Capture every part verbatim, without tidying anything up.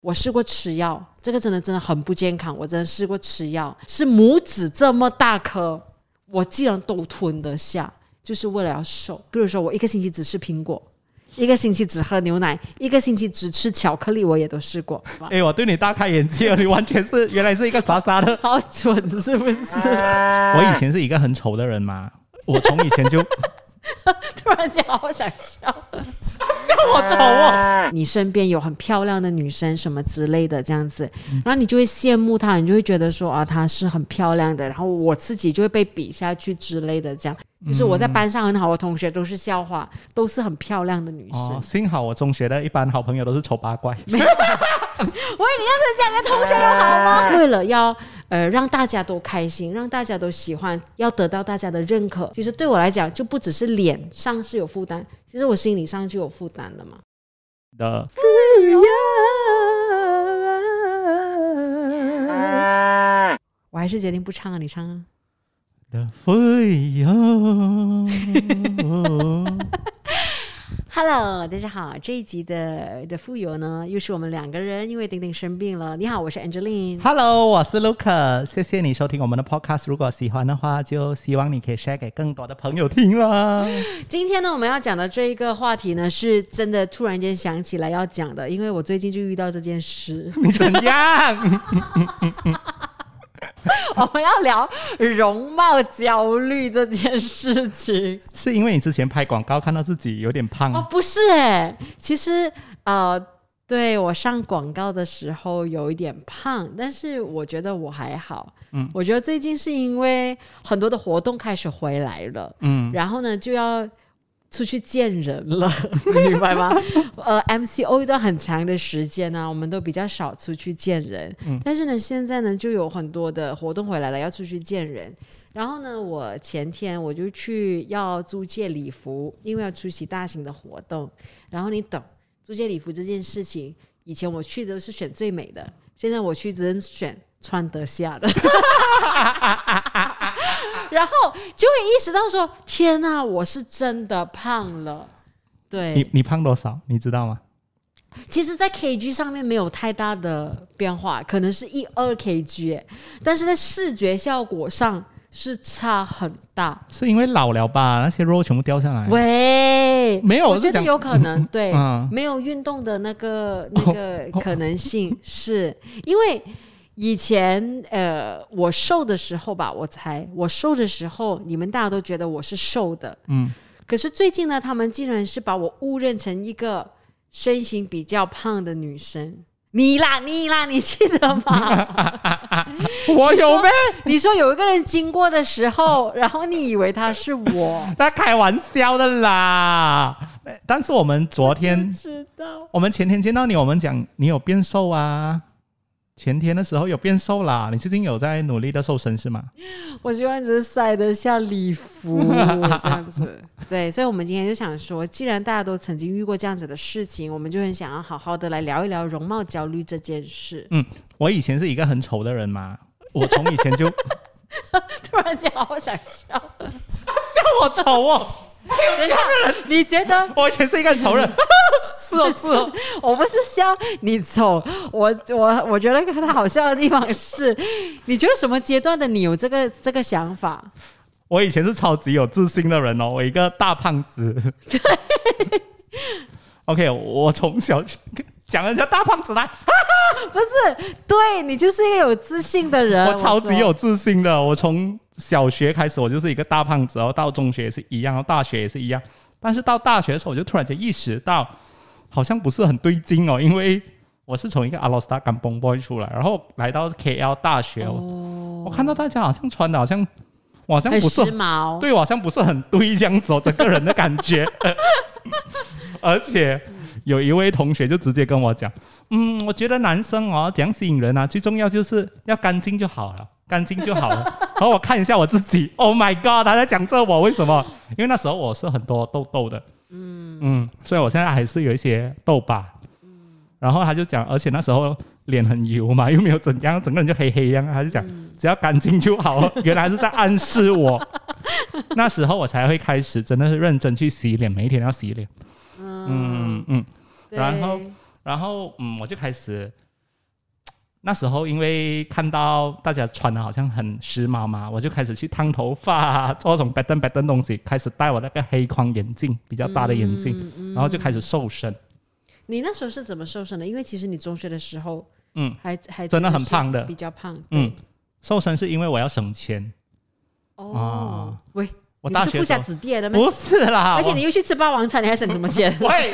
我试过吃药，这个真的真的很不健康，我真的试过吃药，是拇指这么大颗，我竟然都吞得下，就是为了要瘦。比如说我一个星期只吃苹果，一个星期只喝牛奶，一个星期只吃巧克力，我也都试过。 哎、欸，我对你大开眼界，你完全是原来是一个傻傻的， 好蠢是不是？ 我以前是一个很丑的人嘛，我从以前就突然间好想笑， 笑我丑哦。 你身边有很漂亮的女生什么之类的这样子，然后你就会羡慕她，你就会觉得说啊，她是很漂亮的，然后我自己就会被比下去之类的，这样。就是我在班上很好的同学都是校花，都是很漂亮的女生。 哦、幸好我中学的一般好朋友都是丑八怪。 没有，喂，你这样子讲你的同学有好吗？为了要呃让大家都开心，让大家都喜欢，要得到大家的认可，其实对我来讲就不只是脸上是有负担，其实我心理上就有负担了嘛。 的我还是决定不唱啊，你唱啊。 的飞扬 Hello， 大家好，这一集的的富有呢，又是我们两个人，因为丁丁生病了。你好，我是 Angeline。Hello， 我是 Luca， 谢谢你收听我们的 podcast。如果喜欢的话，就希望你可以 share 给更多的朋友听啦。 今天呢，我们要讲的这一个话题呢，是真的突然间想起来要讲的，因为我最近就遇到这件事。 你怎样？ 我们要聊容貌焦虑这件事情。 是因为你之前拍广告看到自己有点胖？ 哦，不是耶，其实呃，对，我上广告的时候有一点胖，但是我觉得我还好。嗯，我觉得最近是因为很多的活动开始回来了，嗯，然后呢就要出去见人了，你明白吗？呃 ，M C O 一段很长的时间呢、啊，我们都比较少出去见人、嗯，但是呢，现在呢就有很多的活动回来了，要出去见人。然后呢，我前天我就去要租借礼服，因为要出席大型的活动。然后你懂租借礼服这件事情，以前我去都是选最美的，现在我去只能选穿得下的。然后就会意识到说，天哪，我是真的胖了。对， 你你胖多少？你知道吗？ 其实在 K G 上面没有太大的变化，可能是一二 K G， 但是在视觉效果上是差很大。 是因为老了吧？那些肉全部掉下来。 喂， 没有， 我觉得有可能，对、 嗯， 没有运动的那个那个可能性，是因为以前呃我瘦的时候吧，我猜我瘦的时候，你们大家都觉得我是瘦的，嗯，可是最近呢，他们竟然是把我误认成一个身形比较胖的女生。你啦你啦，你记得吗？ 我有咩？ 你说有一个人经过的时候，然后你以为他是我？ 他开玩笑的啦。但是我们昨天知道， 我们前天见到你，我们讲你有变瘦啊。前天的时候有变瘦啦，你最近有在努力的瘦身是吗？ 我希望只是塞得下礼服这样子。对，所以我们今天就想说，既然大家都曾经遇过这样子的事情，我们就很想要好好的来聊一聊容貌焦虑这件事。嗯， 我以前是一个很丑的人嘛，我从以前就突然间好想笑， 笑我丑哦。 等一下，你觉得我以前是一个丑人？是哦，是哦， 我不是笑你丑，我我我觉得他好笑的地方是，你觉得什么阶段的你有这个这个想法？ 我以前是超级有自信的人哦，我一个大胖子。OK， 我从小讲人家大胖子来， 不是，对，你就是一个有自信的人。 我超级有自信的，我从小学开始我就是一个大胖子，然后到中学也是一样，然后大学也是一样。但是到大学的时候，我就突然间意识到，好像不是很对劲哦，因为我是从一个阿罗斯塔甘崩 boy 出来，然后来到 K L 大学，哦、我看到大家好像穿的好像，我好像不是很时髦， 对，我好像不是很对这样子哦，整个人的感觉。而且有一位同学就直接跟我讲，嗯，我觉得男生哦，怎样吸引人啊，最重要就是要干净就好了。干净就好了。然后我看一下我自己 ，Oh my God， 他在讲这我为什么？因为那时候我是很多痘痘的，嗯嗯，所以我现在还是有一些痘疤。嗯，然后他就讲，而且那时候脸很油嘛，又没有怎样，整个人就黑黑一样。他就讲，嗯、只要干净就好了。原来是在暗示我。那时候我才会开始真的是认真去洗脸，每一天要洗脸。嗯嗯嗯，然后然后嗯，我就开始那时候因为看到大家穿的好像很时髦嘛，我就开始去烫头发，做这种白灯白灯东西，开始戴我那个黑框眼镜，比较大的眼镜，嗯嗯、然后就开始瘦身。 你那时候是怎么瘦身的？因为其实你中学的时候， 嗯， 还还真的很胖的， 比较胖。 嗯，瘦身是因为我要省钱。 哦，啊、喂， 我大学你是富家子弟的吗？ 不是啦， 而且你又去吃霸王餐，你还省什么钱？ 喂。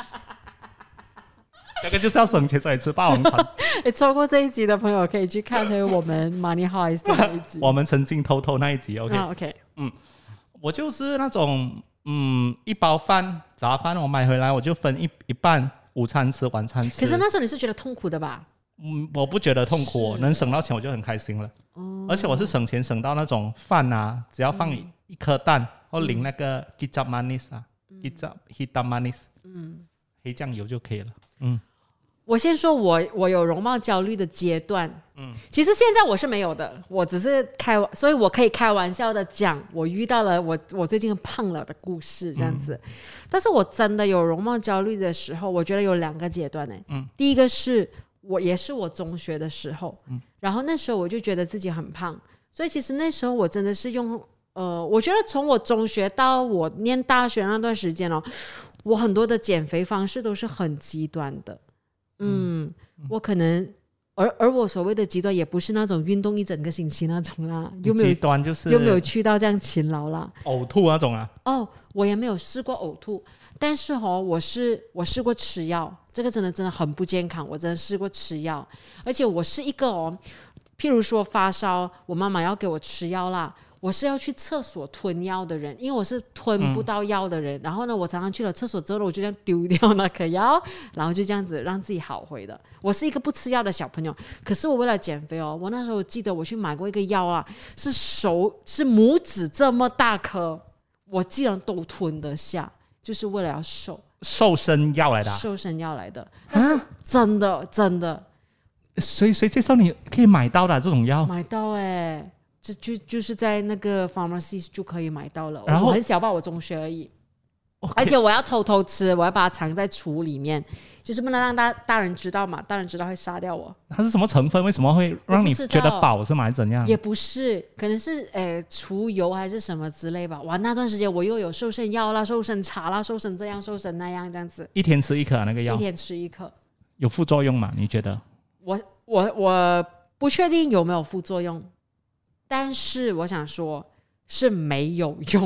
这个就是要省钱，所以吃霸王餐。 欸、错过这一集的朋友可以去看回我们 Money Heist 那一集。 我们曾经偷偷那一集 ，OK，、 啊、OK， 嗯，我就是那种，嗯，一包饭杂饭我买回来我就分一一半，午餐吃，晚餐吃。 可是那时候你是觉得痛苦的吧？ 嗯，我不觉得痛苦，能省到钱我就很开心了。哦，而且我是省钱省到那种饭啊，只要放一、嗯、一颗蛋，或淋那个 kicap manis 啊 ，kicap hitam manis， 嗯，黑酱油就可以了。嗯。 我先说我我有容貌焦虑的阶段，嗯，其实现在我是没有的，我只是开，所以我可以开玩笑的讲我遇到了我我最近胖了的故事这样子、嗯、但是我真的有容貌焦虑的时候，我觉得有两个阶段、欸嗯、第一个是我也是我中学的时候、嗯、然后那时候我就觉得自己很胖，所以其实那时候我真的是用呃，我觉得从我中学到我念大学那段时间哦，我很多的减肥方式都是很极端的。嗯，我可能，而而我所谓的极端也不是那种运动一整个星期那种啦，有没有极端就是有没有去到这样勤劳啦？ 呕吐那种啊？ 哦，我也没有试过呕吐，但是哦，我是我试过吃药，这个真的真的很不健康，我真的试过吃药，而且我是一个哦，譬如说发烧，我妈妈要给我吃药啦。我是要去厕所吞药的人，因为我是吞不到药的人、嗯、然后呢我常常去了厕所之后我就这样丢掉那颗药，然后就这样子让自己好回的。我是一个不吃药的小朋友，可是我为了减肥哦，我那时候记得我去买过一个药啊，是手是拇指这么大颗，我竟然都吞得下，就是为了要瘦。 瘦身药来的、啊、 瘦身药来的，但是真的真的谁谁介绍你可以买到的、啊、这种药？ 买到哎、欸就, 就, 就是在那个 pharmacy 就可以买到了，然后我很小吧，我中学而已、okay. 而且我要偷偷吃，我要把它藏在橱里面，就是不能让 大, 大人知道嘛，大人知道会杀掉我。 它是什么成分？为什么会让你觉得饱是吗？还是怎样？ 也不是，可能是诶除油还是什么之类吧。哇，那段时间我又有瘦身药啦、瘦身茶啦、瘦身这样、瘦身那样这样子。 一天吃一颗、啊、那个药？ 一天吃一颗。 有副作用吗？你觉得？ 我我我不确定有没有副作用。但是我想说是没有用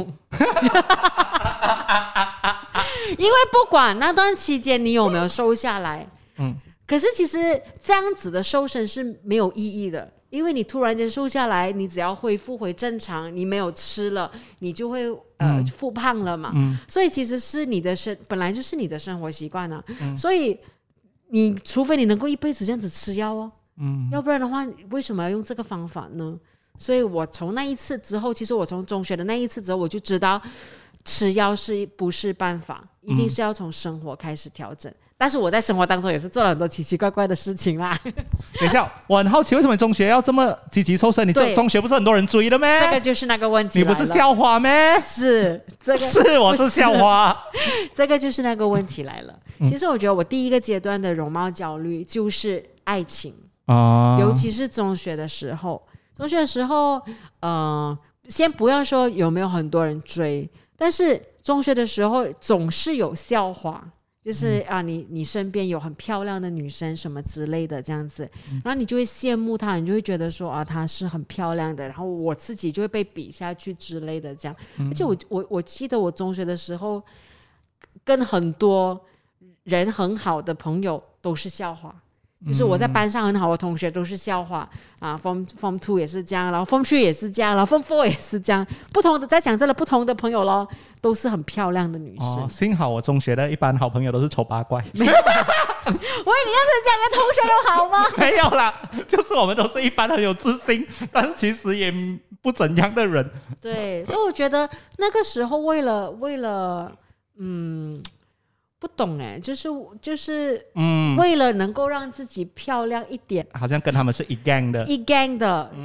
因为不管那段期间你有没有瘦下来、嗯、可是其实这样子的瘦身是没有意义的，因为你突然间瘦下来，你只要恢复回正常，你没有吃了你就会呃复胖了嘛、嗯、所以其实是你的生本来就是你的生活习惯啊、嗯、所以你除非你能够一辈子这样子吃药哦、嗯、要不然的话为什么要用这个方法呢？所以我从那一次之后，其实我从中学的那一次之后，我就知道吃药是不是办法，一定是要从生活开始调整、嗯、但是我在生活当中也是做了很多奇奇怪怪的事情啦等一下，我很好奇为什么中学要这么积极瘦身？你中学不是很多人追的咩？ 这个就是那个问题， 你不是校花咩？ 是这个是我是校花这个就是那个问题来了、嗯、其实我觉得我第一个阶段的容貌焦虑就是爱情、啊、尤其是中学的时候中学的时候呃，先不要说有没有很多人追，但是中学的时候总是有校花，就是、嗯、啊，你你身边有很漂亮的女生什么之类的这样子、嗯、然后你就会羡慕她，你就会觉得说啊，她是很漂亮的，然后我自己就会被比下去之类的这样、嗯、而且我我我记得我中学的时候跟很多人很好的朋友都是校花，就是我在班上很好的同学都是校花、嗯、啊 Form Form 二也是这样，然后 Form 三也是这样，然后 Form 四也是这样，不同的在讲真的不同的朋友咯，都是很漂亮的女生、哦、 幸好我中学的一般好朋友都是丑八怪喂，你这样子讲你的同学有好吗？ 没有啦，就是我们都是一般很有自信，但是其实也不怎样的人。 对，所以我觉得那个时候为了为了嗯不懂哎，就是就是为了能够让自己漂亮一点、 嗯、好像跟他们是一 gang 的一 gang 的、嗯、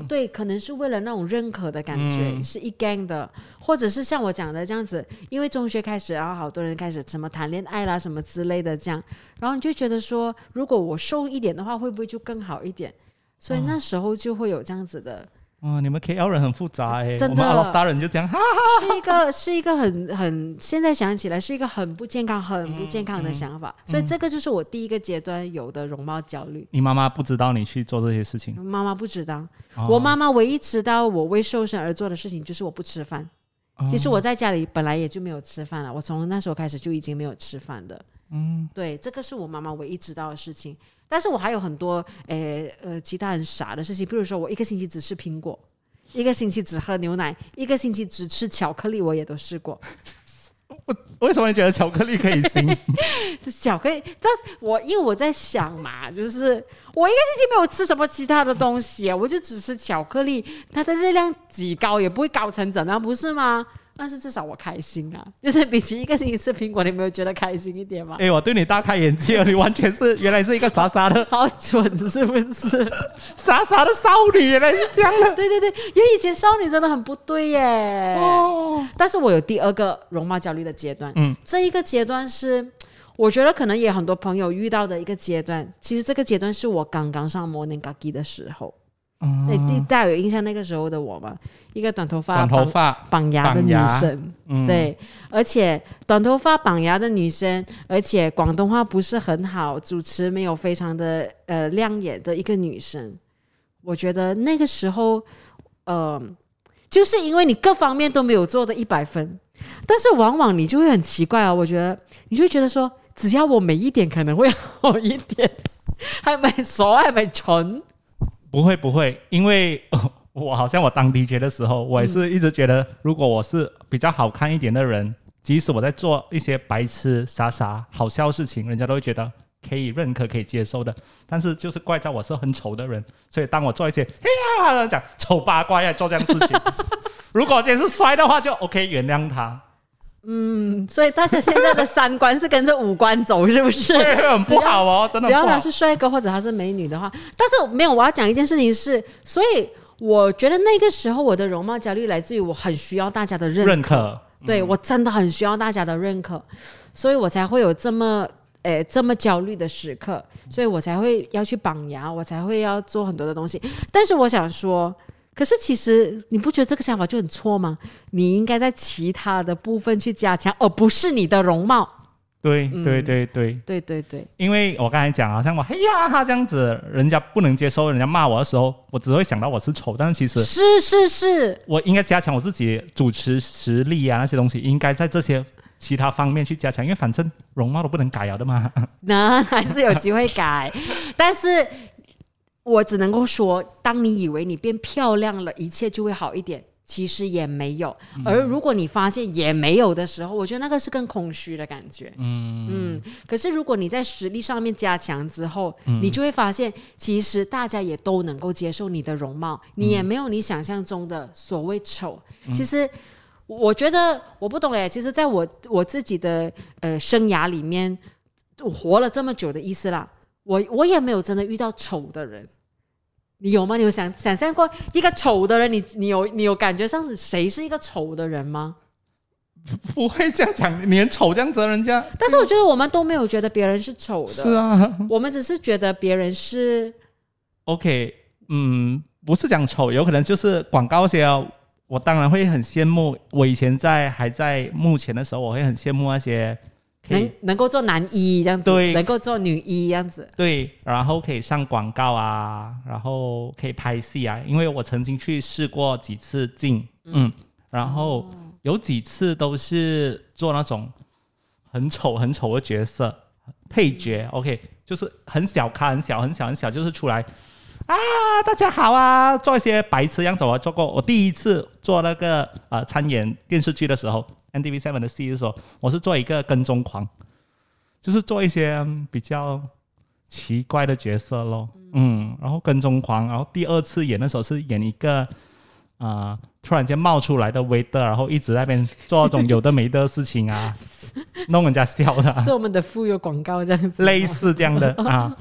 嗯， 对，可能是为了那种认可的感觉， 嗯、 是一 gang 的，或者是像我讲的这样子，因为中学开始，然后好多人开始什么谈恋爱啦什么之类的这样，然后你就觉得说，如果我瘦一点的话，会不会就更好一点？所以那时候就会有这样子的。 哦，你们 K L 人很复杂哎， 真的， 我们 Alor 人就这样，哈哈是一个是一个很很，现在想起来是一个很不健康、很不健康的想法，嗯嗯、所以这个就是我第一个阶段有的容貌焦虑。 你妈妈不知道你去做这些事情？ 妈妈不知道，哦、我妈妈唯一知道我为瘦身而做的事情就是我不吃饭。哦、其实我在家里本来也就没有吃饭了，我从那时候开始就已经没有吃饭的。嗯，对，这个是我妈妈唯一知道的事情。但是我还有很多诶呃其他很傻的事情，比如说我一个星期只吃苹果。一个星期只喝牛奶，一个星期只吃巧克力，我也都试过。 为什么你觉得巧克力可以行？ 巧克力，这我因为我在想嘛，就是我一个星期没有吃什么其他的东西，我就只吃巧克力，它的热量几高也不会高成怎么样，不是吗？但是至少我开心啊，就是比起一个星期吃苹果，你没有觉得开心一点吗？ 哎、欸，我对你大开眼界了，你完全是原来是一个傻傻的， 好蠢是不是？ 傻傻的少女原来是这样的。 对对对，因为以前少女真的很不对耶。哦。但是我有第二个容貌焦虑的阶段，嗯，这一个阶段是我觉得可能也很多朋友遇到的一个阶段。其实这个阶段是我刚刚上 Morning Kaki 的时候。嗯，大家有印象那个时候的我吗？一个短头发、 短头发绑牙的女生，嗯、对，而且短头发绑牙的女生，而且广东话不是很好，主持没有非常的呃亮眼的一个女生。我觉得那个时候，呃，就是因为你各方面都没有做的一百分，但是往往你就会很奇怪啊。我觉得你就会觉得说，只要我美一点，可能会好一点，係咪傻？係咪蠢？ 不会不会，因为、哦、我好像我当 D J 的时候，我也是一直觉得，如果我是比较好看一点的人，即使我在做一些白痴傻傻好笑的事情，人家都会觉得可以认可可以接受的。但是就是怪在我是很丑的人，所以当我做一些嘿呀讲丑八怪要做这样的事情，如果今天是帅的话就 OK 原谅他。 嗯，所以大家现在的三观是跟着五官走，是不是？ 对，很不好哦，真的不好。 只要他是帅哥或者他是美女的话，但是没有，我要讲一件事情是，所以我觉得那个时候我的容貌焦虑来自于我很需要大家的认可， 认可对、 嗯、 我真的很需要大家的认可，所以我才会有这么诶这么焦虑的时刻，所以我才会要去绑牙，我才会要做很多的东西。但是我想说。可是其实你不觉得这个想法就很错吗？你应该在其他的部分去加强，而不是你的容貌。 对对对对、 嗯、对对对，因为我刚才讲好像我嘿呀他这样子，人家不能接受，人家骂我的时候，我只会想到我是丑，但是其实是是是， 我应该加强我自己主持实力啊，那些东西应该在这些其他方面去加强，因为反正容貌都不能改了的嘛。 那还是有机会改，但是。我只能够说，当你以为你变漂亮了，一切就会好一点，其实也没有。嗯、而如果你发现也没有的时候，我觉得那个是更空虚的感觉。嗯嗯。可是如果你在实力上面加强之后，嗯、你就会发现，其实大家也都能够接受你的容貌，你也没有你想象中的所谓丑。嗯、其实我觉得我不懂哎，其实在我我自己的呃生涯里面，我活了这么久的意思啦。我我也没有真的遇到丑的人，你有吗？你有想想象过一个丑的人？你你有你有感觉上是谁是一个丑的人吗？ 不会这样讲，你很丑这样子人家。 但是我觉得我们都没有觉得别人是丑的， 是啊， 我们只是觉得别人是 OK， 嗯，不是讲丑，有可能就是广告些、哦，我当然会很羡慕。我以前在还在幕前的时候，我会很羡慕那些。 能能够做男一这样子， 对， 能够做女一这样子， 对，然后可以上广告啊，然后可以拍戏啊。因为我曾经去试过几次镜，嗯，嗯然后有几次都是做那种很丑很丑的角色，配角、嗯、，OK， 就是很小咖，很小很小很小，就是出来啊，大家好啊，做一些白痴样子。我做过，我第一次做那个呃参演电视剧的时候。N T V 七 的戏的时候，我是做一个跟踪狂，就是做一些、嗯、比较奇怪的角色咯，嗯，然后跟踪狂，然后第二次演的时候是演一个呃突然间冒出来的 waiter， 然后一直在那边做那种有的没的事情啊，弄人家笑的、啊， 是我们的富有广告这样子， 类似这样的啊。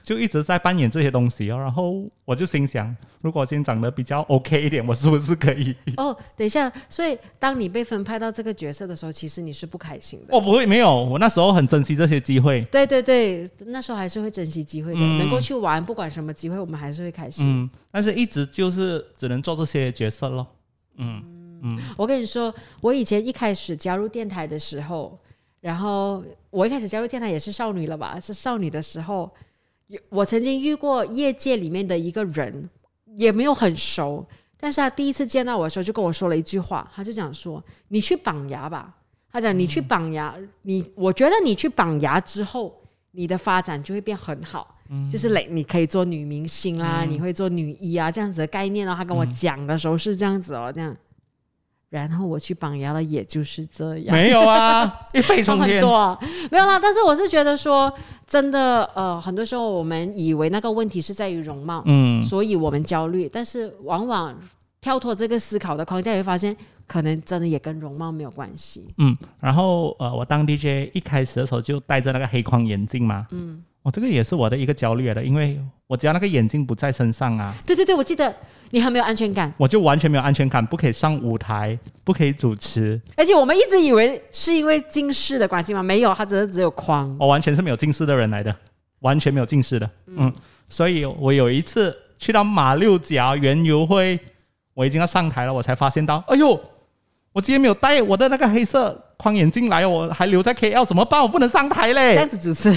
就一直在扮演这些东西哦。然后我就心想，如果今天长得比较 OK 一点，我是不是可以？ 哦，等一下，所以当你被分派到这个角色的时候，其实你是不开心的。 我不会，没有，我那时候很珍惜这些机会。 对对对，那时候还是会珍惜机会的， 嗯、 能够去玩，不管什么机会，我们还是会开心。 嗯，但是一直就是只能做这些角色咯。嗯嗯， 我跟你说，我以前一开始加入电台的时候，然后我一开始加入电台也是少女了吧？是少女的时候，我曾经遇过业界里面的一个人，也没有很熟，但是他第一次见到我的时候就跟我说了一句话，他就讲说：“你去绑牙吧。”他讲：“你去绑牙，嗯、你我觉得你去绑牙之后，你的发展就会变很好。”嗯、就是你可以做女明星啦，嗯、你会做女一啊，这样子的概念哦。他跟我讲的时候是这样子哦，这样。然后我去绑牙了，也就是这样。 没有啊，一飞冲天。 很多啊，没有啦。但是我是觉得说，真的，呃，很多时候我们以为那个问题是在于容貌，嗯，所以我们焦虑。但是往往跳脱这个思考的框架，你会发现，可能真的也跟容貌没有关系。 嗯，然后呃，我当 D J 一开始的时候就戴着那个黑框眼镜嘛，嗯，哦，这个也是我的一个焦虑来的，因为我只要那个眼镜不在身上啊， 对对对，我记得。你很没有安全感， 我就完全没有安全感，不可以上舞台，不可以主持， 而且我们一直以为是因为近视的关系吗？没有，他只是只有框。 我完全是没有近视的人来的，完全没有近视的。嗯，嗯所以我有一次去到马六甲园游会，我已经要上台了，我才发现到，哎呦，我今天没有戴我的那个黑色框眼镜来，我还留在 K L 怎么办？我不能上台嘞！ 这样子主持，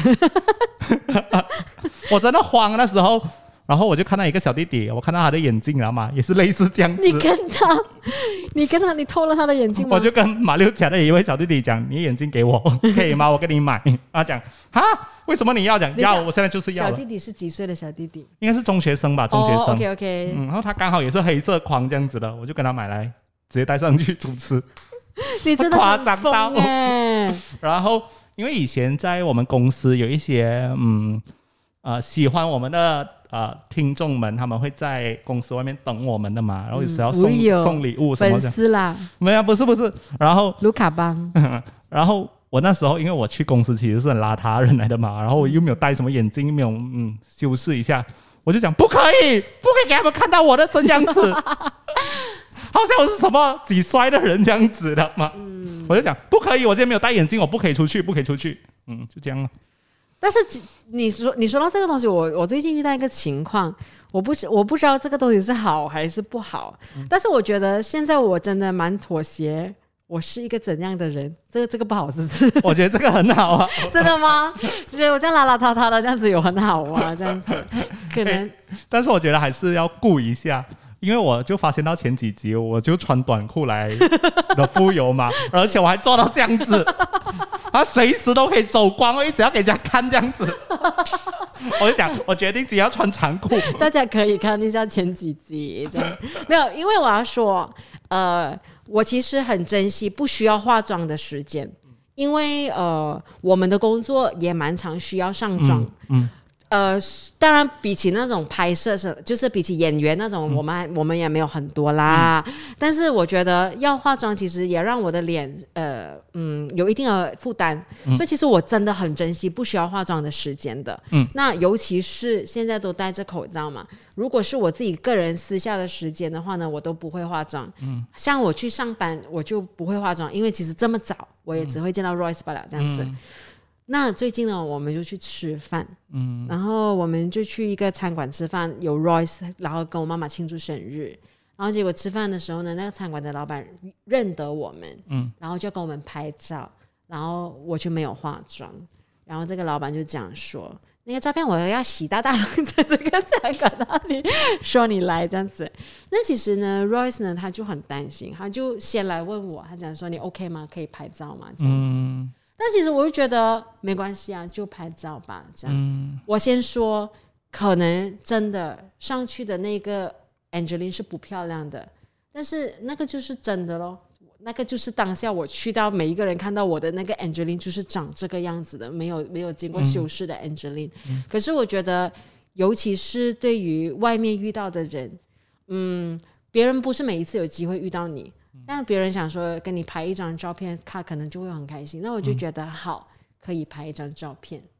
我真的慌那时候。然后我就看到一个小弟弟，我看到他的眼镜了嘛，也是类似这样子。 你跟他，你跟他，你偷了他的眼镜吗？ 我就跟马六甲的一位小弟弟讲：“你眼镜给我，可以吗？我给你买。”他讲：“哈，为什么你要讲？要，我现在就是要了。” 小弟弟是几岁的小弟弟？ 应该是中学生吧，中学生。 哦、OK OK。 嗯，然后他刚好也是黑色框这样子的，我就跟他买来，直接带上去主持。 你真的夸张到哎！ 然后因为以前在我们公司有一些嗯呃喜欢我们的。呃，听众们他们会在公司外面等我们的嘛，然后有时要送、嗯、送礼物什么的。 粉丝啦， 没有，不是不是。然后卢卡邦， 然后我那时候因为我去公司其实是很邋遢人来的嘛，然后我又没有戴什么眼镜，没有嗯修饰一下，我就讲不可以，不可以给他们看到我的真样子，好像我是什么几衰的人这样子的嘛。嗯、我就讲不可以，我今天没有戴眼镜，我不可以出去，不可以出去。嗯，就这样了。 但是你说你说到这个东西，我我最近遇到一个情况，我不我不知道这个东西是好还是不好，嗯、但是我觉得现在我真的蛮妥协。我是一个怎样的人？这个这个不好是不是？ 我觉得这个很好啊。 真的吗？觉得我这样邋邋遢遢的这样子有很好吗？这样子可能、欸， 但是我觉得还是要顾一下。因为我就发现到前几集我就穿短裤来的浮游嘛，而且我还做到这样子，他随时都可以走光，我一直要给人家看这样子。我就讲，我决定只要穿长裤。 大家可以看一下前几集，这样没有，因为我要说，呃，我其实很珍惜不需要化妆的时间，因为呃，我们的工作也蛮常需要上妆。嗯。嗯呃，当然，比起那种拍摄是，就是比起演员那种，我们、嗯、我们也没有很多啦。嗯、但是我觉得要化妆，其实也让我的脸，呃，嗯，有一定的负担。嗯、所以其实我真的很珍惜不需要化妆的时间的。嗯，那尤其是现在都戴着口罩嘛，如果是我自己个人私下的时间的话呢，我都不会化妆。嗯，像我去上班，我就不会化妆，因为其实这么早，我也只会见到 Royce 罢了，这样子。嗯那最近呢，我们就去吃饭，嗯，然后我们就去一个餐馆吃饭，有 Royce， 然后跟我妈妈庆祝生日，然后结果吃饭的时候呢，那个餐馆的老板认得我们，嗯，然后就跟我们拍照，然后我就没有化妆，然后这个老板就讲说，那个照片我要洗大大放在这个餐馆那里，说你来这样子。那其实呢 ，Royce 呢他就很担心，他就先来问我，他讲说你 OK 吗？可以拍照吗？这样子。嗯但其实我就觉得没关系啊，就拍照吧，这样。嗯、我先说，可能真的上去的那个 Angeline 是不漂亮的，但是那个就是真的咯，那个就是当下我去到每一个人看到我的那个 Angeline 就是长这个样子的，没有没有经过修饰的 Angeline。嗯、可是我觉得，尤其是对于外面遇到的人，嗯，别人不是每一次有机会遇到你。但别人想说跟你拍一张照片，他可能就会很开心。那我就觉得好，可以拍一张照片这样。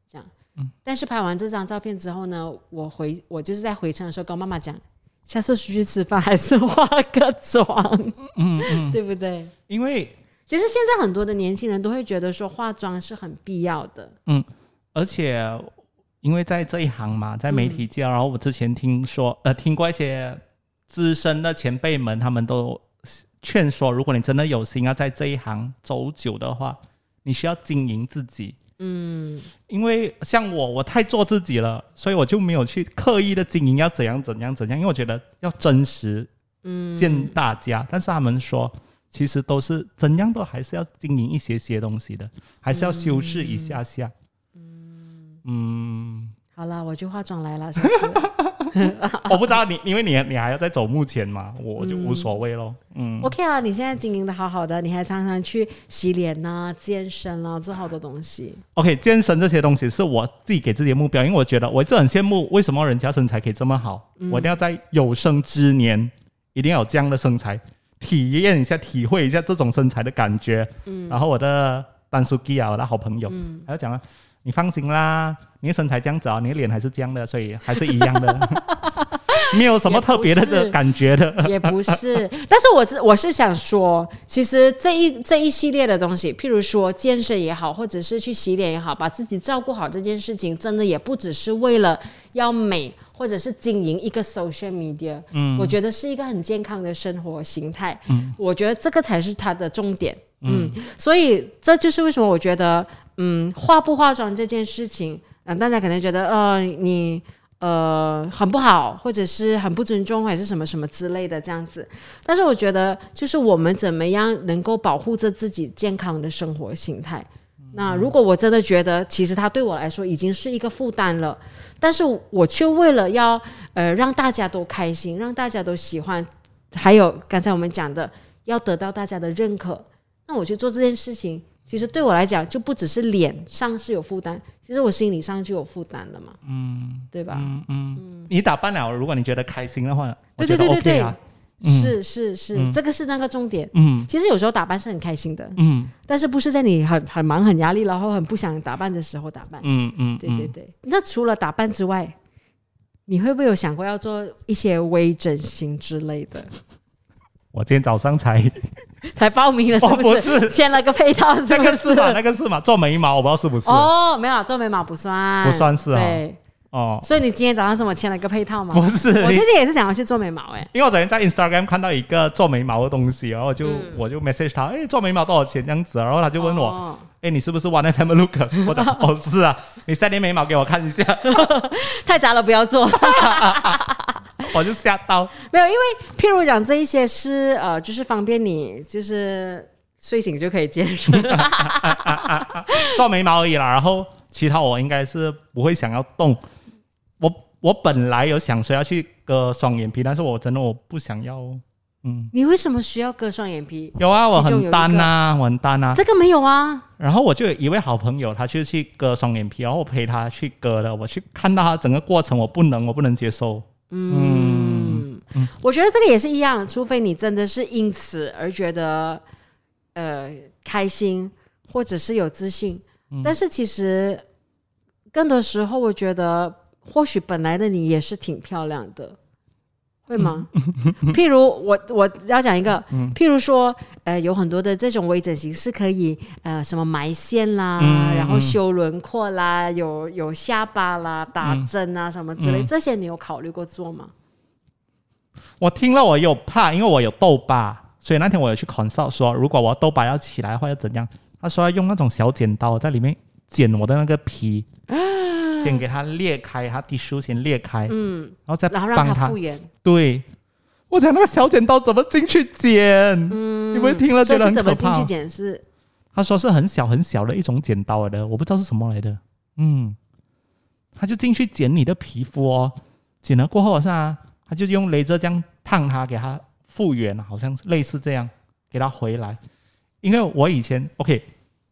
嗯，但是拍完这张照片之后呢，我回我就是在回程的时候跟我妈妈讲，下次出去吃饭还是化个妆，嗯嗯，对不对？ 因为其实现在很多的年轻人都会觉得说化妆是很必要的， 嗯，而且因为在这一行嘛，在媒体界，嗯、然后我之前听说呃听过一些资深的前辈们，他们都劝说，如果你真的有心要在这一行走久的话，你需要经营自己。嗯，因为像我，我太做自己了，所以我就没有去刻意的经营要怎样怎样怎样，因为我觉得要真实见大家。嗯、但是他们说，其实都是怎样都还是要经营一些些东西的，还是要修饰一下下。嗯嗯， 好啦，我就化妆来了，下次。 我不知道你，因为你你还要在走幕前嘛，我就无所谓咯。嗯 ，OK 啊，你现在经营的好好的，你还常常去洗脸啊、健身啊，做好多东西。 OK， 健身这些东西是我自己给自己的目标，因为我觉得我一直很羡慕为什么人家身材可以这么好，嗯、我一定要在有生之年一定要有这样的身材，体验一下、体会一下这种身材的感觉。嗯，然后我的丹苏基啊，我的好朋友，嗯、还要讲啊。你放心啦，你的身材这样子啊，你的脸还是这样的，所以还是一样的，没有什么特别的感觉的。 也不是，但是我是我是想说，其实这一这一系列的东西，譬如说健身也好，或者是去洗脸也好，把自己照顾好这件事情，真的也不只是为了要美，或者是经营一个 social media。嗯，我觉得是一个很健康的生活形态。嗯，我觉得这个才是它的重点。嗯，所以这就是为什么我觉得，嗯，化不化妆这件事情，嗯，大家可能觉得，呃，你呃很不好，或者是很不尊重，还是什么什么之类的这样子。但是我觉得，就是我们怎么样能够保护着自己健康的生活形态。嗯、那如果我真的觉得，其实它对我来说已经是一个负担了，但是我却为了要呃让大家都开心，让大家都喜欢，还有刚才我们讲的，要得到大家的认可。那我去做这件事情，其实对我来讲就不只是脸上是有负担，其实我心理上就有负担了嘛，嗯，对吧？嗯 嗯, 嗯， 你打扮了，如果你觉得开心的话， 对对对对对， 我觉得 OK 啊， 是是是、嗯，这个是那个重点。嗯，其实有时候打扮是很开心的，嗯，但是不是在你很很忙很压力，然后很不想打扮的时候打扮。嗯嗯，对对对。那除了打扮之外，你会不会有想过要做一些微整形之类的？ 我今天早上才才报名了，是不是？ 哦、不是签了个配套，是不是？ 那个是嘛？那个是嘛？做眉毛，我不知道是不是。 哦，没有，做眉毛不算， 不算是啊、哦。 对。哦，所以你今天早上怎么签了个配套吗？ 不是， 我最近也是想要去做眉毛哎、欸， 因为我昨天在 Instagram 看到一个做眉毛的东西，然后我就、嗯、我就 message 他，哎，做眉毛多少钱这样子？然后他就问我，哎、哦，你是不是 One F M Lucas？ 我讲哦是啊，你塞点眉毛给我看一下。 太杂了，不要做。 我就吓到， 没有，因为譬如讲这一些是呃，就是方便你，就是睡醒就可以健身， 做眉毛而已啦。然后其他我应该是不会想要动。我我本来有想说要去割双眼皮，但是我真的我不想要。嗯， 你为什么需要割双眼皮？ 有啊，我很单啊，我很单啊。 这个没有啊。 然后我就有一位好朋友，他就去割双眼皮，然后我陪他去割了。我去看到他整个过程，我不能，我不能接受。 嗯, 嗯，我觉得这个也是一样，除非你真的是因此而觉得呃开心，或者是有自信、嗯。但是其实更多时候，我觉得或许本来的你也是挺漂亮的。会吗？嗯、譬如我我要讲一个、嗯，譬如说，呃，有很多的这种微整形是可以，呃，什么埋线啦，嗯、然后修轮廓啦，有有下巴啦，打针啊、嗯、什么之类、嗯，这些你有考虑过做吗？ 我听了我有怕，因为我有痘疤，所以那天我有去 consult 说，如果我痘疤要起来的话要怎样？他说要用那种小剪刀在里面剪我的那个皮。剪给它裂开，它滴数先裂开，嗯，然后再帮它， 然后让它复原。 对，我讲那个小剪刀怎么进去剪？嗯，你们听了觉得很可怕。 所以是怎么进去剪？是他说是很小很小的一种剪刀来的，我不知道是什么来的。嗯，他就进去剪你的皮肤哦，剪了过后是啊，他就用雷射这样烫它，给它复原，好像是类似这样，给它回来。因为我以前 OK。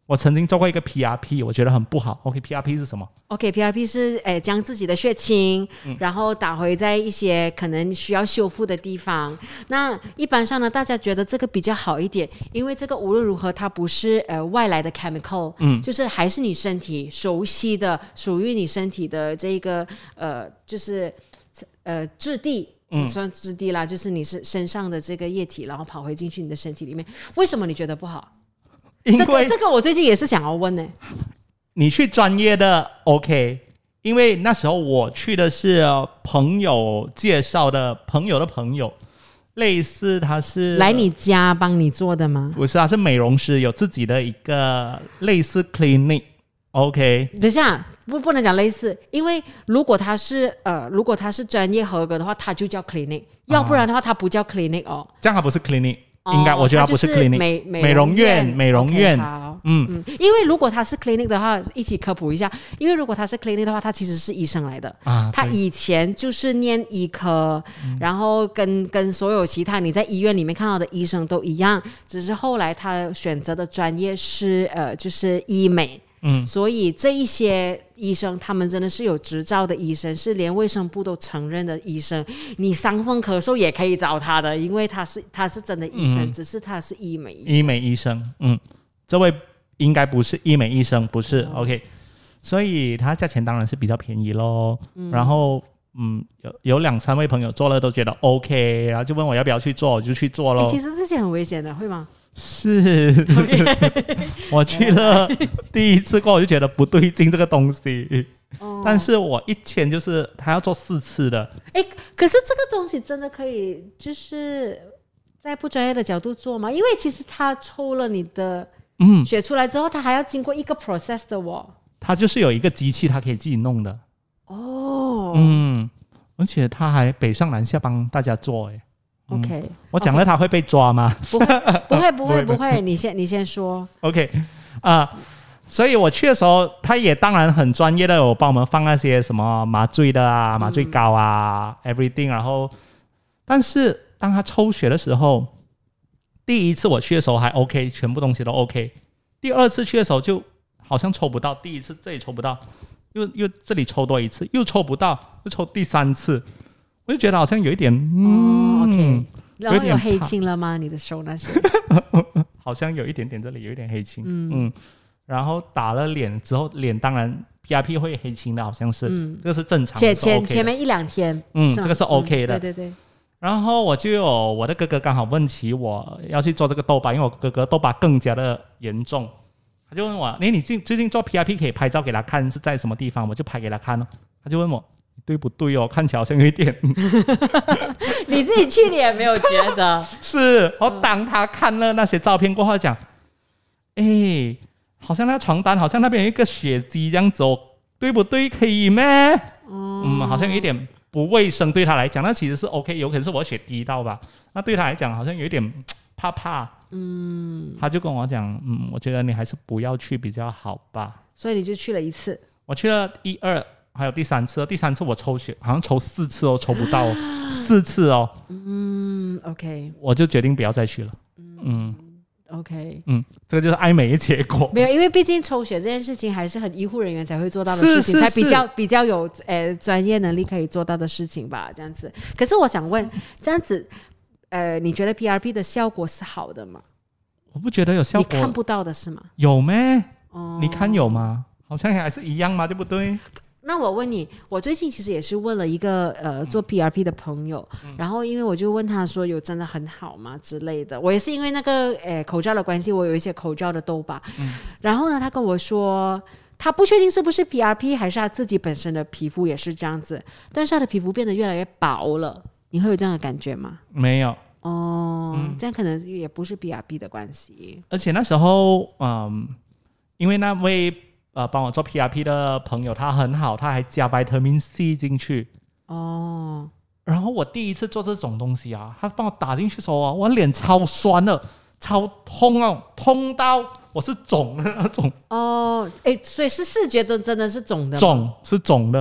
我曾经做过一个 P R P， 我觉得很不好。OK，P R P 是什么 ？OK，P R P 是诶将自己的血清、嗯，然后打回在一些可能需要修复的地方。那一般上呢，大家觉得这个比较好一点，因为这个无论如何它不是呃外来的 chemical， 嗯，就是还是你身体熟悉的、属于你身体的这个呃就是呃质地。嗯，算质地啦，就是你是身上的这个液体，然后跑回进去你的身体里面。为什么你觉得不好？ 因为、 这个、这个我最近也是想要问呢、欸。 你去专业的 OK， 因为那时候我去的是朋友介绍的朋友的朋友，类似他是来你家帮你做的吗？ 不是，他是美容师，有自己的一个类似 clinic。OK， 等一下，不不能讲类似，因为如果他是呃，如果他是专业合格的话，他就叫 clinic，、啊、要不然的话，他不叫 clinic 哦。 这样他不是 clinic，、哦、应该我觉得他不是 clinic， 美美容院，美容院。 Okay, 好嗯嗯，因为如果他是 clinic 的话，一起科普一下，因为如果他是 clinic 的话，他其实是医生来的啊，他以前就是念医科，嗯、然后跟跟所有其他你在医院里面看到的医生都一样，只是后来他选择的专业是呃，就是医美。嗯，所以这一些医生他们真的是有执照的医生，是连卫生部都承认的医生，你伤风咳嗽也可以找他的，因为他是他是真的医生、嗯、只是他是医美医生医美医生。嗯，这位应该不是医美医生，不是、哦、OK， 所以他价钱当然是比较便宜咯、嗯、然后嗯，有有两三位朋友做了都觉得 OK， 然后就问我要不要去做，我就去做咯、 欸、其实这些很危险的，会吗？ 是、okay. 我去了第一次过我就觉得不对劲这个东西、哦、但是我一签就是他要做四次的。 哎，可是这个东西真的可以就是在不专业的角度做吗？因为其实他抽了你的血出来之后、嗯、他还要经过一个 process 的哦， 他就是有一个机器他可以自己弄的哦。嗯，而且他还北上南下帮大家做。哎 OK，、 嗯、我讲了他会被抓吗？ Okay. 不会不会不会不会，你先你先说。 OK 啊、呃，所以我去的时候，他也当然很专业的，有帮我们放那些什么麻醉的啊、麻醉膏啊、嗯、everything。然后，但是当他抽血的时候，第一次我去的时候还 OK， 全部东西都 OK。第二次去的时候就好像抽不到，第一次这里抽不到，又又这里抽多一次，又抽不到，又抽第三次。我就觉得好像有一点，嗯、 哦、，OK， 然后有黑青了吗？你的手那些， 好像有一点点，这里有一点黑青，嗯，嗯然后打了脸之后，脸当然 P R P 会黑青的，好像是，嗯、这个是正常的， 前前前面一两天， 嗯，这个是 OK 的， 嗯、对对对。 然后我就有我的哥哥刚好问起我要去做这个痘疤，因为我哥哥痘疤更加的严重，他就问我，哎，你最近做 P R P 可以拍照给他看是在什么地方？我就拍给他看了，他就问我。对不对哦？看起来好像有一点你自己去你也没有觉得是。我当他看了那些照片过后讲，哎，好像那个床单好像那边有一个血迹这样子哦，对不对？可以咩？嗯, 嗯好像有一点不卫生，对他来讲那其实是 OK， 有可能是我血滴到吧，那对他来讲好像有一点怕怕。嗯，他就跟我讲，嗯，我觉得你还是不要去比较好吧。 所以你就去了一次。 我去了一二还有第三次，第三次我抽血好像抽四次哦，抽不到、哦、四次哦。嗯 ，OK， 我就决定不要再去了。嗯, 嗯 ，OK， 嗯，这个就是爱美的结果。 没有，因为毕竟抽血这件事情还是很医护人员才会做到的事情，才比较比较有呃专业能力可以做到的事情吧，这样子。可是我想问，这样子，呃，你觉得 P R P 的效果是好的吗？ 我不觉得有效果， 你看不到的是吗？ 有咩？哦，你看有吗？好像还是一样嘛，对不对？ 那我问你，我最近其实也是问了一个呃做 P R P 的朋友、嗯、然后因为我就问他说有真的很好吗之类的，我也是因为那个呃口罩的关系，我有一些口罩的痘疤、嗯、然后呢他跟我说他不确定是不是 P R P 还是他自己本身的皮肤也是这样子，但是他的皮肤变得越来越薄了，你会有这样的感觉吗？ 没有哦、嗯、这样可能也不是 P R P 的关系。 而且那时候嗯，因为那位呃，帮我做 P R P 的朋友他很好，他还加 Vitamin C 进去哦。然后我第一次做这种东西啊，他帮我打进去的时候啊，我脸超酸了，超痛啊，痛到我是肿的那种。 哦，哎，所以是视觉的真的是肿的吗？ 肿是肿的。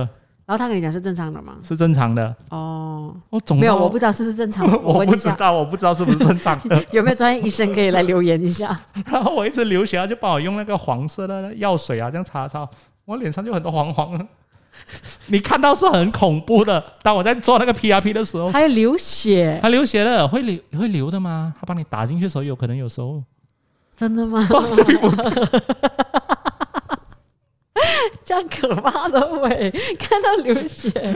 然后他跟你讲是正常的吗？ 是正常的哦。 我总没有，我不知道是不是正常的。 我不知道，我不知道是不是正常的。 有没有专业医生可以来留言一下？ 然后我一直流血，就帮我用那个黄色的药水啊，这样擦擦，我脸上就很多黄黄的。你看到是很恐怖的。当我在做那个 P R P 的时候， 还有流血， 还流血了，会流会流的吗？他帮你打进去的时候，有可能有时候。 真的吗？ 对不对？ 这样可怕的喂，看到流血。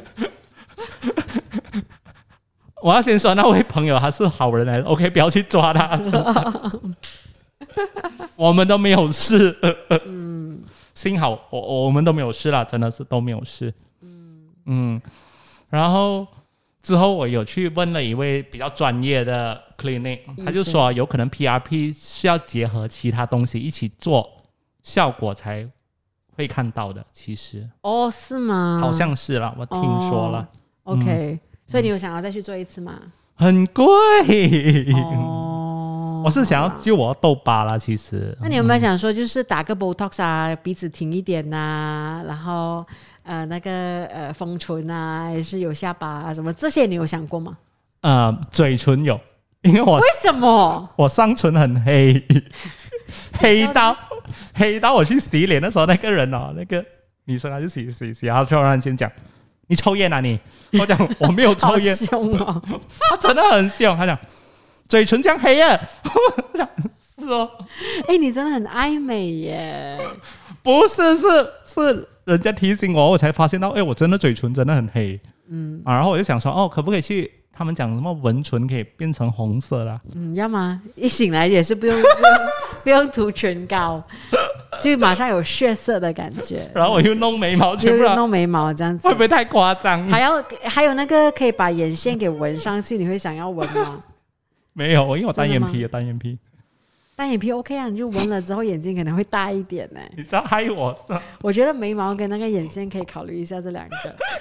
我要先说那位朋友他是好人来的 ，OK， 不要去抓他。我们都没有事，嗯，幸好我我们都没有事啦，真的是都没有事。嗯嗯，然后之后我有去问了一位比较专业的 clinic， 他就说有可能 P R P 是要结合其他东西一起做，效果才会看到的。其实哦，是吗？ 好像是啦，我听说了。 哦、OK，、嗯、所以你有想要再去做一次吗？ 很贵。 哦， 我是想要救我痘疤啦，其实。 那你有没有想说，就是打个 Botox 啊，鼻子挺一点呐、啊，然后呃那个呃丰唇啊，还是有下巴啊什么这些，你有想过吗？ 呃，嘴唇有，因为我为什么我上唇很黑，黑到黑到我去洗脸的时候，那个人哦，那个女生她就洗洗洗，然后突然间讲：“你抽烟啊你？”我讲我没有抽烟， 好凶哦， 他真的很凶，他讲嘴唇这样黑啊，我讲是哦， 哎、欸，你真的很爱美耶， 不是是是人家提醒我，我才发现到，哎、欸，我真的嘴唇真的很黑，嗯、啊，然后我就想说，哦，可不可以去？他们讲什么纹唇可以变成红色啦？ 嗯，要吗？一醒来也是不用不用不用涂唇膏，就马上有血色的感觉。 然后我又弄眉毛， 就弄眉毛这样子， 会不会太夸张？ 还要还有那个可以把眼线给纹上去，你会想要纹吗？ 没有，因为我单眼皮，单眼皮。 单眼皮 OK 啊，你就纹了之后眼睛可能会大一点呢、欸。 你是要害我？ 我觉得眉毛跟那个眼线可以考虑一下这两个。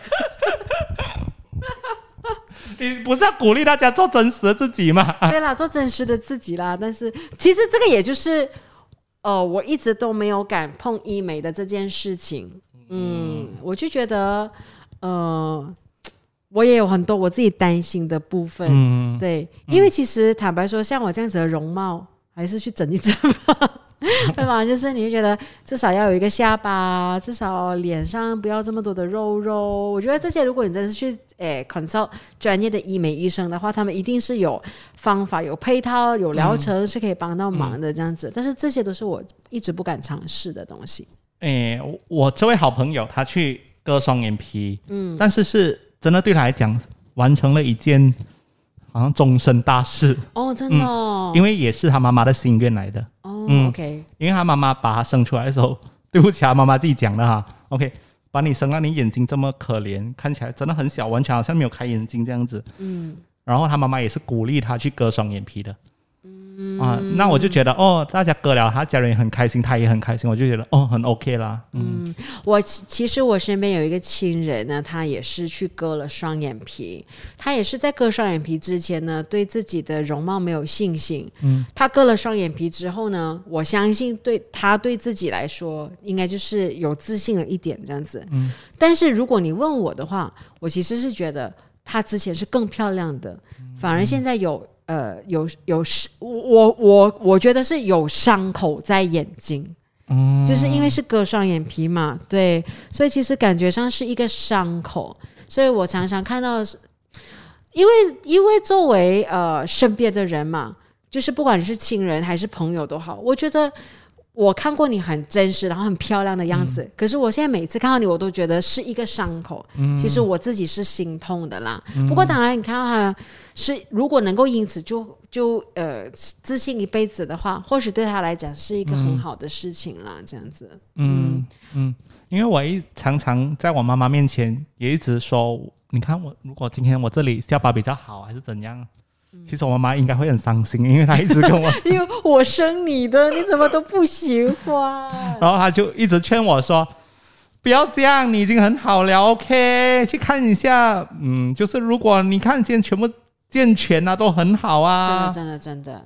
你不是要鼓励大家做真实的自己吗？ 对啦，做真实的自己啦。但是其实这个也就是，呃，我一直都没有敢碰医美的这件事情。嗯，嗯我就觉得，呃，我也有很多我自己担心的部分。嗯，对，因为其实坦白说，像我这样子的容貌，还是去整一整吧。对吧？就是你会觉得至少要有一个下巴，至少脸上不要这么多的肉肉。我觉得这些，如果你真的是去诶 consult 专业的医美医生的话，他们一定是有方法、有配套、有疗程、嗯、是可以帮到忙的这样子。嗯、但是这些都是我一直不敢尝试的东西。 诶，我这位好朋友他去割双眼皮，嗯，但是是真的对他来讲完成了一件好像终身大事哦，真的、哦嗯，因为也是他妈妈的心愿来的。 哦、嗯、，OK， 因为他妈妈把他生出来的时候，对不起，他妈妈自己讲的哈 ，OK， 把你生到你眼睛这么可怜，看起来真的很小，完全好像没有开眼睛这样子，嗯，然后他妈妈也是鼓励他去割双眼皮的，嗯啊，那我就觉得哦，大家割了，他家人也很开心，他也很开心，我就觉得哦，很 OK 啦，嗯， 嗯我其实我身边有一个亲人呢，他也是去割了双眼皮，他也是在割双眼皮之前呢，对自己的容貌没有信心，嗯，他割了双眼皮之后呢，我相信对他对自己来说，应该就是有自信了一点这样子，嗯，但是如果你问我的话，我其实是觉得他之前是更漂亮的，嗯、反而现在有。呃，有有我我我觉得是有伤口在眼睛，嗯，就是因为是割双眼皮嘛，对，所以其实感觉上是一个伤口，所以我常常看到，因为因为作为呃身边的人嘛，就是不管是亲人还是朋友都好，我觉得。我看过你很真实然后很漂亮的样子、嗯、可是我现在每次看到你我都觉得是一个伤口、嗯、其实我自己是心痛的啦、嗯、不过当然你看到他是如果能够因此就就呃自信一辈子的话或许对他来讲是一个很好的事情啦、嗯、这样子嗯嗯，因为我一常常在我妈妈面前也一直说你看我如果今天我这里下巴比较好还是怎样其实我妈妈应该会很伤心，因为她一直跟我因为我生你的，你怎么都不喜欢？ 然后她就一直劝我说：“不要这样，你已经很好了 ，OK？ 去看一下，嗯，就是如果你看见全部健全啊，都很好啊。” 真的，真的，真的。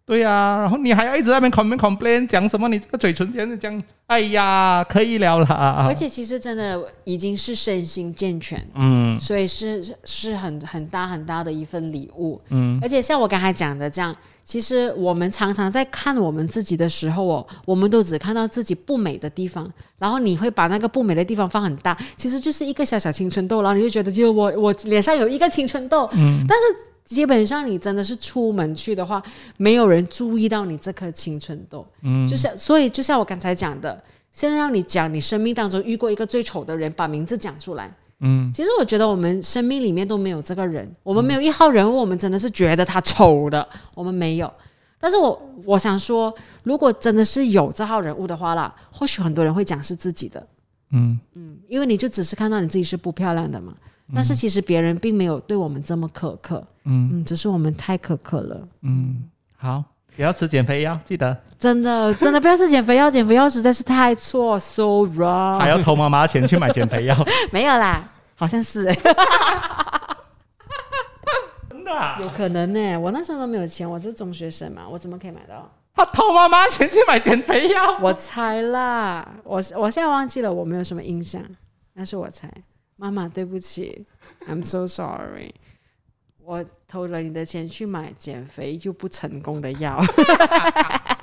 对啊，然后你还要一直在那边 complain complain 讲什么你这个嘴唇这样讲，哎呀可以了啦。 而且其实真的已经是身心健全， 嗯， 所以是是很很大很大的一份礼物。 嗯， 而且像我刚才讲的这样，其实我们常常在看我们自己的时候哦，我们都只看到自己不美的地方，然后你会把那个不美的地方放很大，其实就是一个小小青春痘，然后你就觉得就我我脸上有一个青春痘，嗯，但是基本上你真的是出门去的话，没有人注意到你这颗青春痘，嗯，就是所以就像我刚才讲的，现在让你讲你生命当中遇过一个最丑的人，把名字讲出来。嗯，其实我觉得我们生命里面都没有这个人，我们没有一号人物，我们真的是觉得他丑的，我们没有。但是我我想说，如果真的是有这号人物的话啦，或许很多人会讲是自己的，嗯嗯，因为你就只是看到你自己是不漂亮的嘛，但是其实别人并没有对我们这么苛刻，嗯嗯，只是我们太苛刻了， 嗯，好，不要吃减肥药，记得。 真的真的不要吃减肥药，减肥药实在是太错 ，so wrong。 还要偷妈妈钱去买减肥药？ 没有啦，好像是哎、欸， 真的、啊、 有可能呢、欸。我那时候都没有钱，我是中学生嘛，我怎么可以买到？ 他偷妈妈钱去买减肥药？ 我猜啦，我我现在忘记了，我没有什么印象，但是我猜。妈妈，对不起 ，I'm so sorry。我偷了你的钱去买减肥又不成功的药。